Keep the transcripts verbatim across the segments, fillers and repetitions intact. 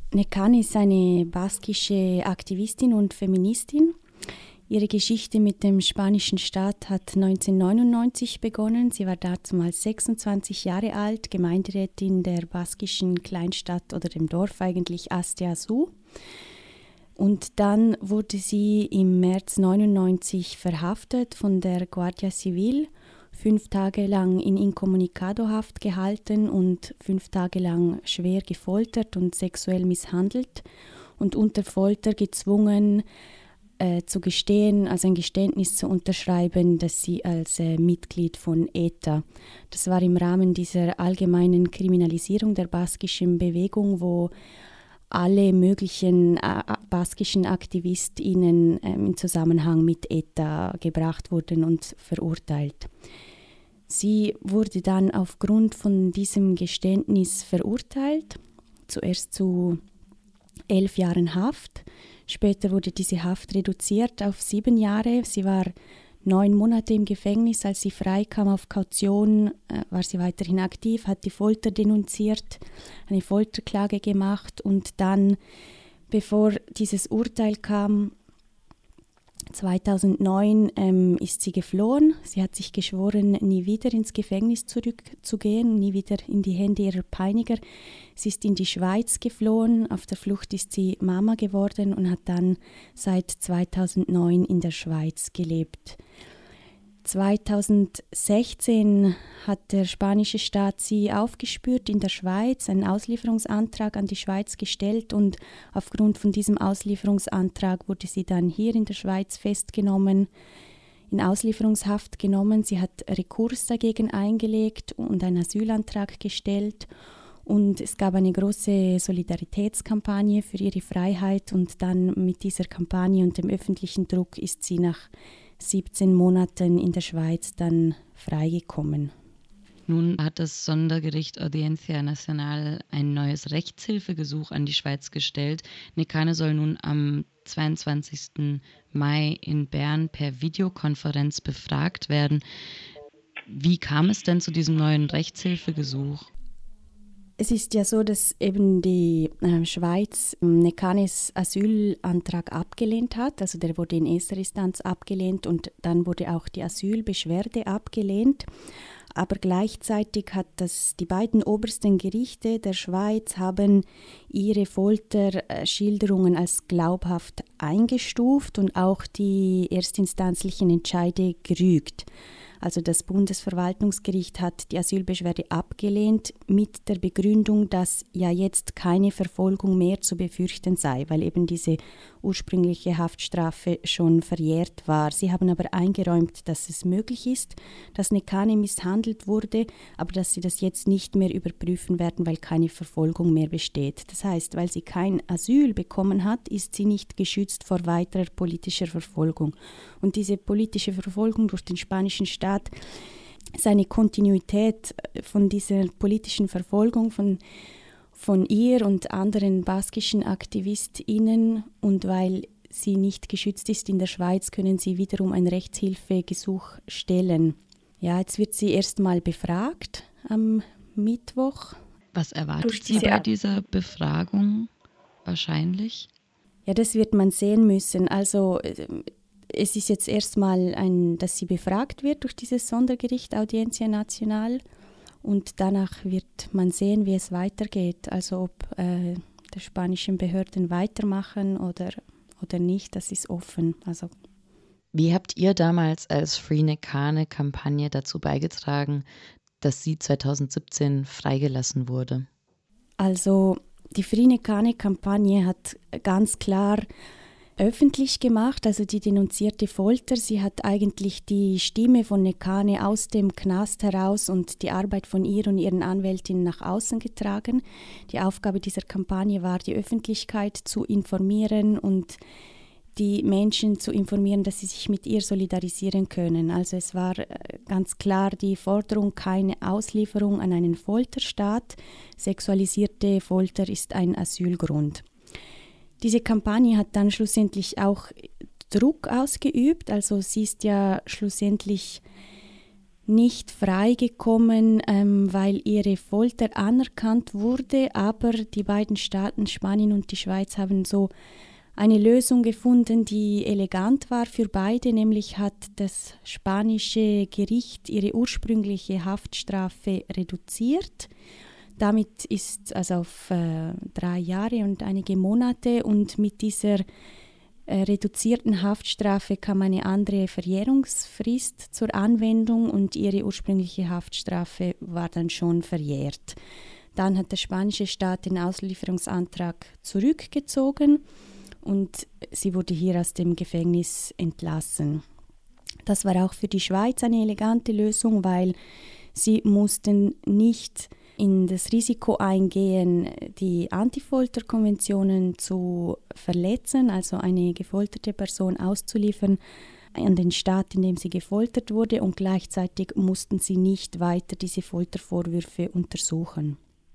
Nekane ist eine baskische Aktivistin und Feministin. Ihre Geschichte mit dem spanischen Staat hat neunzehnhundertneunundneunzig begonnen. Sie war damals sechsundzwanzig Jahre alt, Gemeinderätin der baskischen Kleinstadt oder dem Dorf eigentlich Asteasu. Und dann wurde sie im März neunundneunzig verhaftet von der Guardia Civil, fünf Tage lang in Incommunicado-Haft gehalten und fünf Tage lang schwer gefoltert und sexuell misshandelt und unter Folter gezwungen, Äh, zu gestehen, also ein Geständnis zu unterschreiben, dass sie als äh, Mitglied von E T A, das war im Rahmen dieser allgemeinen Kriminalisierung der baskischen Bewegung, wo alle möglichen äh, baskischen AktivistInnen äh, im Zusammenhang mit E T A gebracht wurden und verurteilt. Sie wurde dann aufgrund von diesem Geständnis verurteilt, zuerst zu elf Jahren Haft. Später wurde diese Haft reduziert auf sieben Jahre. Sie war neun Monate im Gefängnis. Als sie freikam auf Kaution, äh, war sie weiterhin aktiv, hat die Folter denunziert, eine Folterklage gemacht und dann, bevor dieses Urteil kam, zweitausendneun ähm, ist sie geflohen. Sie hat sich geschworen, nie wieder ins Gefängnis zurückzugehen, nie wieder in die Hände ihrer Peiniger. Sie ist in die Schweiz geflohen. Auf der Flucht ist sie Mama geworden und hat dann seit zweitausendneun in der Schweiz gelebt. zweitausendsechzehn hat der spanische Staat sie aufgespürt in der Schweiz, einen Auslieferungsantrag an die Schweiz gestellt und aufgrund von diesem Auslieferungsantrag wurde sie dann hier in der Schweiz festgenommen, in Auslieferungshaft genommen. Sie hat Rekurs dagegen eingelegt und einen Asylantrag gestellt und es gab eine große Solidaritätskampagne für ihre Freiheit und dann mit dieser Kampagne und dem öffentlichen Druck ist sie nach siebzehn Monaten in der Schweiz dann freigekommen. Nun hat das Sondergericht Audiencia Nacional ein neues Rechtshilfegesuch an die Schweiz gestellt. Nekane soll nun am zweiundzwanzigsten Mai in Bern per Videokonferenz befragt werden. Wie kam es denn zu diesem neuen Rechtshilfegesuch? Es ist ja so, dass eben die äh, Schweiz Nekanes Asylantrag abgelehnt hat. Also der wurde in erster Instanz abgelehnt und dann wurde auch die Asylbeschwerde abgelehnt. Aber gleichzeitig hat das, die beiden obersten Gerichte der Schweiz haben ihre Folterschilderungen als glaubhaft eingestuft und auch die erstinstanzlichen Entscheide gerügt. Also das Bundesverwaltungsgericht hat die Asylbeschwerde abgelehnt mit der Begründung, dass ja jetzt keine Verfolgung mehr zu befürchten sei, weil eben diese ursprüngliche Haftstrafe schon verjährt war. Sie haben aber eingeräumt, dass es möglich ist, dass Nekane misshandelt wurde, aber dass sie das jetzt nicht mehr überprüfen werden, weil keine Verfolgung mehr besteht. Das heißt, weil sie kein Asyl bekommen hat, ist sie nicht geschützt vor weiterer politischer Verfolgung. Und diese politische Verfolgung durch den spanischen Staat, seine Kontinuität von dieser politischen Verfolgung von, von ihr und anderen baskischen AktivistInnen und weil sie nicht geschützt ist in der Schweiz, können sie wiederum ein Rechtshilfegesuch stellen. Ja, jetzt wird sie erstmal befragt am Mittwoch. Was erwartet sie bei dieser Befragung wahrscheinlich? Ja, das wird man sehen müssen. Also es ist jetzt erstmal, ein, dass sie befragt wird durch dieses Sondergericht Audiencia Nacional und danach wird man sehen, wie es weitergeht. Also ob äh, die spanischen Behörden weitermachen oder, oder nicht, das ist offen. Also, wie habt ihr damals als Free Nekane-Kampagne dazu beigetragen, dass sie zweitausendsiebzehn freigelassen wurde? Also die Free Nekane-Kampagne hat ganz klar öffentlich gemacht, also die denunzierte Folter. Sie hat eigentlich die Stimme von Nekane aus dem Knast heraus und die Arbeit von ihr und ihren Anwältinnen nach außen getragen. Die Aufgabe dieser Kampagne war, die Öffentlichkeit zu informieren und die Menschen zu informieren, dass sie sich mit ihr solidarisieren können. Also es war ganz klar die Forderung, keine Auslieferung an einen Folterstaat. Sexualisierte Folter ist ein Asylgrund. Diese Kampagne hat dann schlussendlich auch Druck ausgeübt. Also sie ist ja schlussendlich nicht freigekommen, ähm, weil ihre Folter anerkannt wurde, aber die beiden Staaten, Spanien und die Schweiz, haben so eine Lösung gefunden, die elegant war für beide, nämlich hat das spanische Gericht ihre ursprüngliche Haftstrafe reduziert. Damit ist also auf äh, drei Jahre und einige Monate, und mit dieser äh, reduzierten Haftstrafe kam eine andere Verjährungsfrist zur Anwendung und ihre ursprüngliche Haftstrafe war dann schon verjährt. Dann hat der spanische Staat den Auslieferungsantrag zurückgezogen und sie wurde hier aus dem Gefängnis entlassen. Das war auch für die Schweiz eine elegante Lösung, weil sie mussten nicht in das Risiko eingehen, die Antifolterkonventionen zu verletzen, also eine gefolterte Person auszuliefern an den Staat, in dem sie gefoltert wurde, und gleichzeitig mussten sie nicht weiter diese Foltervorwürfe untersuchen.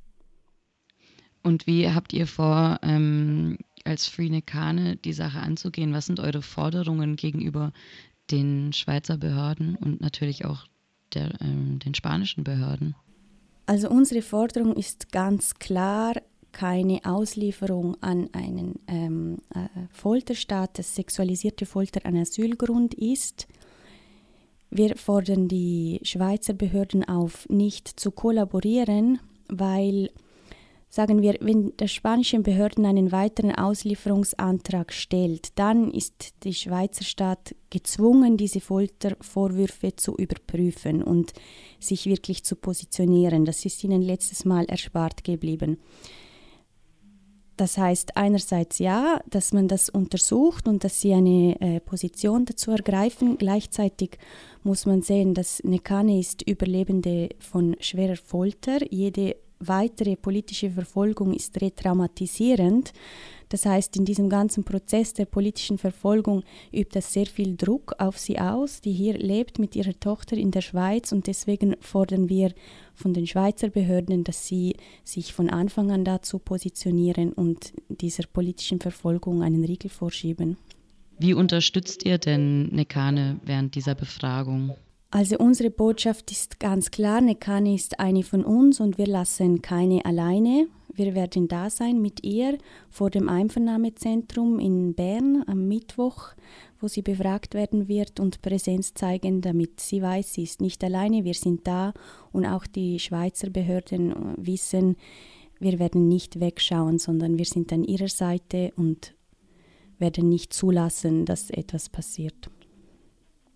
Und wie habt ihr vor, ähm, als Free Nekane die Sache anzugehen? Was sind eure Forderungen gegenüber den Schweizer Behörden und natürlich auch der, ähm, den spanischen Behörden? Also unsere Forderung ist ganz klar, keine Auslieferung an einen ähm, äh, Folterstaat, dass sexualisierte Folter ein Asylgrund ist. Wir fordern die Schweizer Behörden auf, nicht zu kollaborieren, weil, sagen wir, wenn der spanischen Behörden einen weiteren Auslieferungsantrag stellt, dann ist der Schweizer Staat gezwungen, diese Foltervorwürfe zu überprüfen und sich wirklich zu positionieren. Das ist ihnen letztes Mal erspart geblieben. Das heißt einerseits ja, dass man das untersucht und dass sie eine äh, Position dazu ergreifen. Gleichzeitig muss man sehen, dass Nekane ist Überlebende von schwerer Folter. Jede weitere politische Verfolgung ist retraumatisierend. Das heißt, in diesem ganzen Prozess der politischen Verfolgung übt das sehr viel Druck auf sie aus, die hier lebt mit ihrer Tochter in der Schweiz, und deswegen fordern wir von den Schweizer Behörden, dass sie sich von Anfang an dazu positionieren und dieser politischen Verfolgung einen Riegel vorschieben. Wie unterstützt ihr denn Nekane während dieser Befragung? Also unsere Botschaft ist ganz klar, Nekane ist eine von uns und wir lassen keine alleine. Wir werden da sein mit ihr vor dem Einvernahmezentrum in Bern am Mittwoch, wo sie befragt werden wird, und Präsenz zeigen, damit sie weiß, sie ist nicht alleine, wir sind da, und auch die Schweizer Behörden wissen, wir werden nicht wegschauen, sondern wir sind an ihrer Seite und werden nicht zulassen, dass etwas passiert.